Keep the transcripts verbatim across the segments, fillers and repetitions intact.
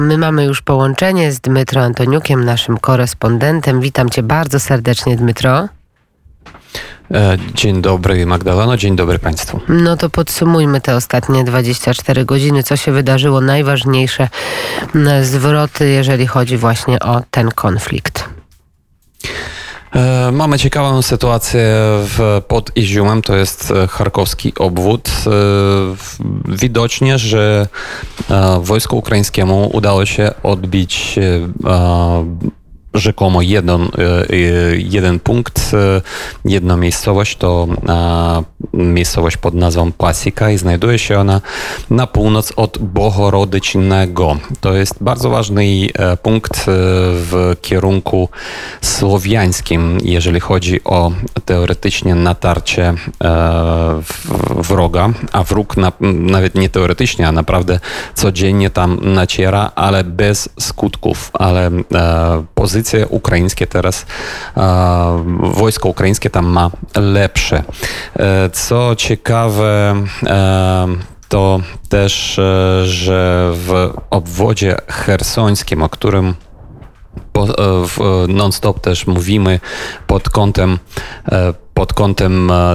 My mamy już połączenie z Dmytro Antoniukiem, naszym korespondentem. Witam cię bardzo serdecznie, Dmytro. Dzień dobry, Magdaleno, dzień dobry Państwu. No to podsumujmy te ostatnie dwadzieścia cztery godziny. Co się wydarzyło? Najważniejsze zwroty, jeżeli chodzi właśnie o ten konflikt. Mamy ciekawą sytuację w, pod Iziumem, to jest charkowski obwód. Widocznie, że wojsku ukraińskiemu udało się odbić rzekomo jeden, jeden punkt, jedna miejscowość, to miejscowość pod nazwą Pasika i znajduje się ona na północ od Bohorodycznego. To jest bardzo ważny punkt w kierunku słowiańskim, jeżeli chodzi o teoretycznie natarcie wroga, a wróg na, nawet nie teoretycznie, a naprawdę codziennie tam naciera, ale bez skutków, ale pozycja ukraińskie teraz, e, wojsko ukraińskie tam ma lepsze. E, co ciekawe, e, to też, e, że w obwodzie chersońskim, o którym po, e, w, non-stop też mówimy pod kątem, e, pod kątem e,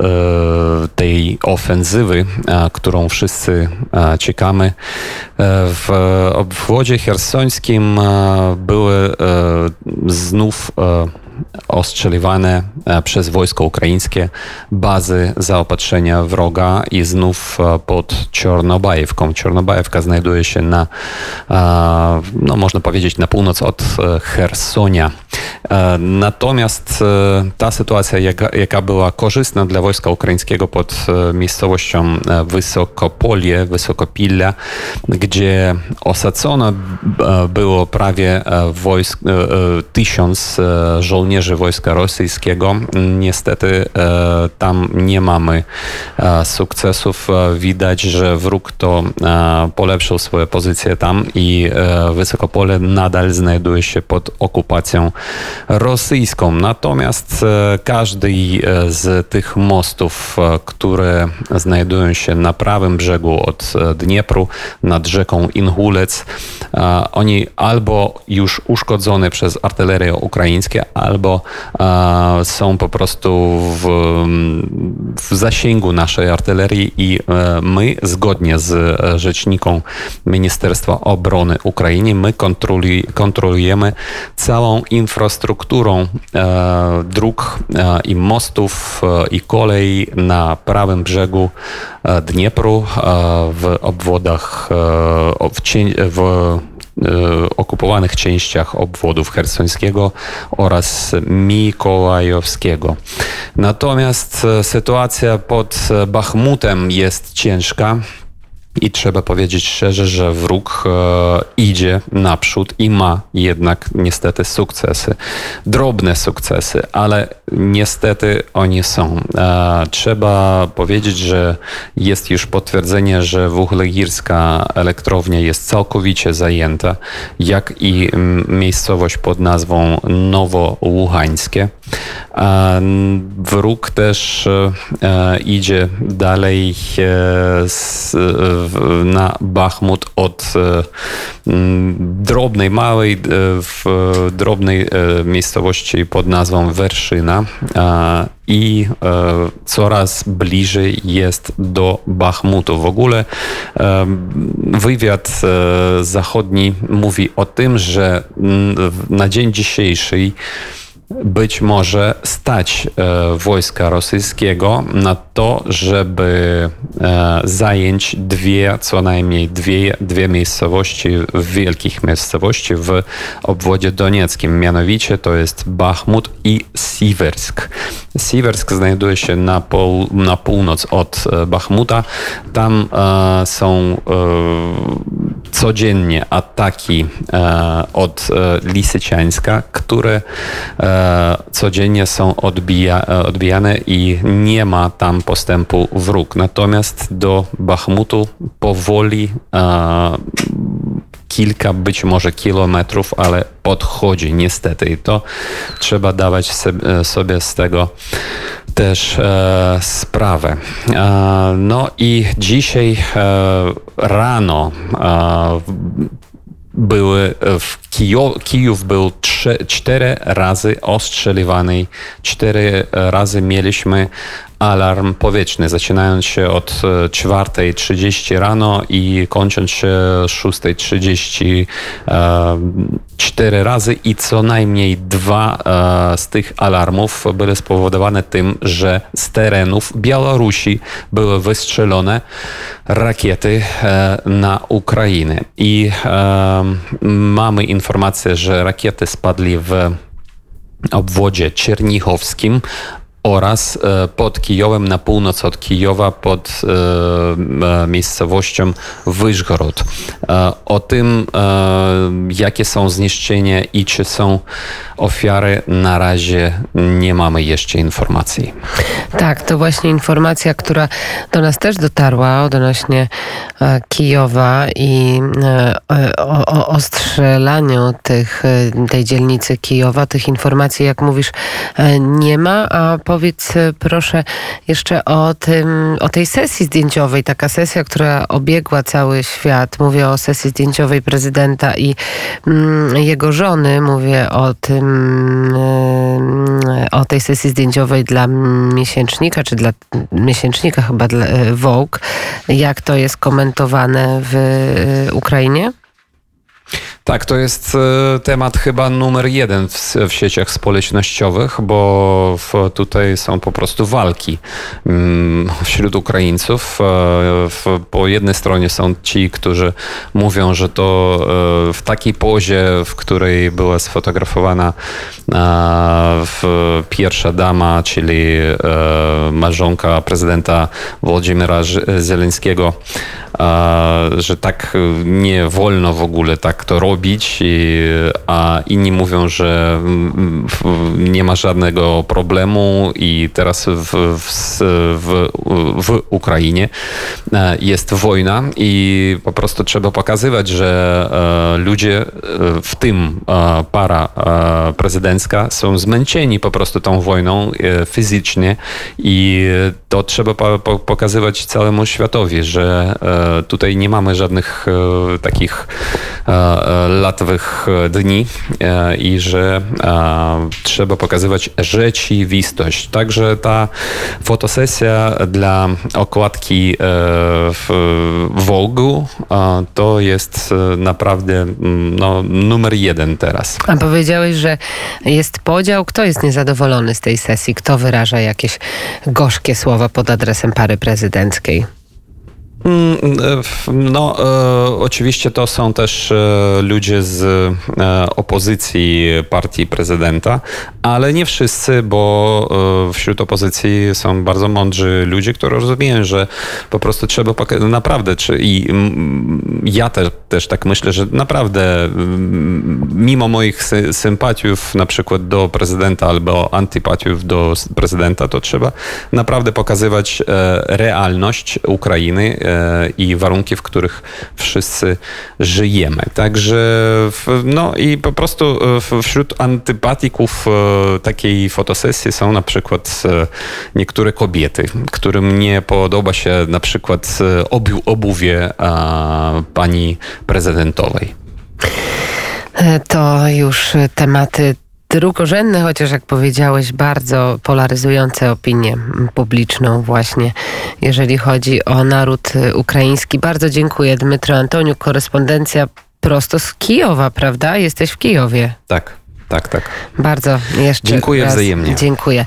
tej ofensywy, którą wszyscy czekamy. W obwodzie chersońskim były znów ostrzeliwane przez wojsko ukraińskie bazy zaopatrzenia wroga i znów pod Czornobajewką. Czornobajewka znajduje się na, no można powiedzieć, na północ od Chersonia. Natomiast ta sytuacja, jaka, jaka była korzystna dla wojska ukraińskiego pod miejscowością Wysokopolie, Wysokopilla, gdzie osadzono było prawie wojsk, tysiąc żołnierzy wojska rosyjskiego. Niestety tam nie mamy sukcesów. Widać, że wróg to polepszył swoje pozycje tam i Wysokopole nadal znajduje się pod okupacją rosyjską. Natomiast każdy z tych mostów, które znajdują się na prawym brzegu od Dniepru nad rzeką Ingulec, oni albo już uszkodzone przez artylerię ukraińską, albo są po prostu w, w zasięgu naszej artylerii i my, zgodnie z rzeczniką Ministerstwa Obrony Ukrainy, my kontroli, kontrolujemy całą infrastrukturą e, dróg e, i mostów e, i kolei na prawym brzegu e, Dniepru, e, w obwodach, e, w, cień, w okupowanych częściach obwodów chersońskiego oraz Mikołajowskiego. Natomiast sytuacja pod Bachmutem jest ciężka. I trzeba powiedzieć szczerze, że wróg e, idzie naprzód i ma jednak niestety sukcesy. Drobne sukcesy, ale niestety oni są. E, trzeba powiedzieć, że jest już potwierdzenie, że Wuchlegirska elektrownia jest całkowicie zajęta, jak i miejscowość pod nazwą Nowołuchańskie. E, wróg też e, idzie dalej e, z, na Bachmut od drobnej, małej, w drobnej miejscowości pod nazwą Werszyna i coraz bliżej jest do Bachmutu. W ogóle wywiad zachodni mówi o tym, że na dzień dzisiejszy być może stać e, wojska rosyjskiego na to, żeby e, zająć dwie, co najmniej dwie, dwie miejscowości, wielkich miejscowości w obwodzie donieckim. Mianowicie to jest Bachmut i Siwersk. Siwersk znajduje się na, pół, na północ od Bachmuta. Tam e, są e, codziennie ataki e, od e, Lisyciańska, które e, codziennie są odbija, odbijane i nie ma tam postępu wróg. Natomiast do Bachmutu powoli e, kilka, być może kilometrów, ale podchodzi niestety i to trzeba dawać sobie z tego też e, sprawę. E, no i dzisiaj e, rano e, były w Kijo, Kijów był trzy, cztery razy ostrzeliwany, cztery razy mieliśmy alarm powietrzny, zaczynając się od czwartej trzydzieści rano i kończąc się szóstej trzydzieści cztery razy i co najmniej dwa z tych alarmów były spowodowane tym, że z terenów Białorusi były wystrzelone rakiety na Ukrainę. I mamy informację, że rakiety spadły w obwodzie czernichowskim oraz pod Kijowem, na północ od Kijowa, pod e, miejscowością Wyżgorod. E, o tym, e, jakie są zniszczenia i czy są ofiary, na razie nie mamy jeszcze informacji. Tak, to właśnie informacja, która do nas też dotarła odnośnie e, Kijowa i e, o, o ostrzelaniu tych, tej dzielnicy Kijowa. Tych informacji, jak mówisz, e, nie ma, a powiedz proszę jeszcze o tym, o tej sesji zdjęciowej. Taka sesja, która obiegła cały świat. Mówię o sesji zdjęciowej prezydenta i mm, jego żony. Mówię o tym, y, o tej sesji zdjęciowej dla miesięcznika, czy dla miesięcznika chyba dla Vogue. Jak to jest komentowane w y, Ukrainie? Tak, to jest temat chyba numer jeden w, w sieciach społecznościowych, bo w, tutaj są po prostu walki mm, wśród Ukraińców. W, po jednej stronie są ci, którzy mówią, że to w takiej pozie, w której była sfotografowana w, pierwsza dama, czyli małżonka prezydenta Władimira Zełenskiego, że tak nie wolno w ogóle tak to robić, a inni mówią, że nie ma żadnego problemu i teraz w, w, w, w Ukrainie jest wojna i po prostu trzeba pokazywać, że ludzie, w tym para prezydencka, są zmęczeni po prostu tą wojną fizycznie i to trzeba pokazywać całemu światowi, że tutaj nie mamy żadnych takich latwych dni i że trzeba pokazywać rzeczywistość. Także ta fotosesja dla okładki w Vogue to jest naprawdę no, numer jeden teraz. A powiedziałeś, że jest podział. Kto jest niezadowolony z tej sesji? Kto wyraża jakieś gorzkie słowa pod adresem pary prezydenckiej? No, e, oczywiście to są też e, ludzie z e, opozycji partii prezydenta, ale nie wszyscy, bo e, wśród opozycji są bardzo mądrzy ludzie, którzy rozumieją, że po prostu trzeba poka- naprawdę, czy, i m, ja te, też tak myślę, że naprawdę m, mimo moich sy- sympatiów na przykład do prezydenta albo antypatiów do prezydenta, to trzeba naprawdę pokazywać e, realność Ukrainy e, i warunki, w których wszyscy żyjemy. Także no i po prostu wśród antypatików takiej fotosesji są na przykład niektóre kobiety, którym nie podoba się na przykład obu- obuwie pani prezydentowej. To już tematy drugorzędne, chociaż jak powiedziałeś, bardzo polaryzujące opinię publiczną właśnie, jeżeli chodzi o naród ukraiński. Bardzo dziękuję. Dmytro Antoniuk, korespondencja prosto z Kijowa, prawda? Jesteś w Kijowie. Tak, tak, tak. Bardzo jeszcze Dziękuję raz wzajemnie. Dziękuję.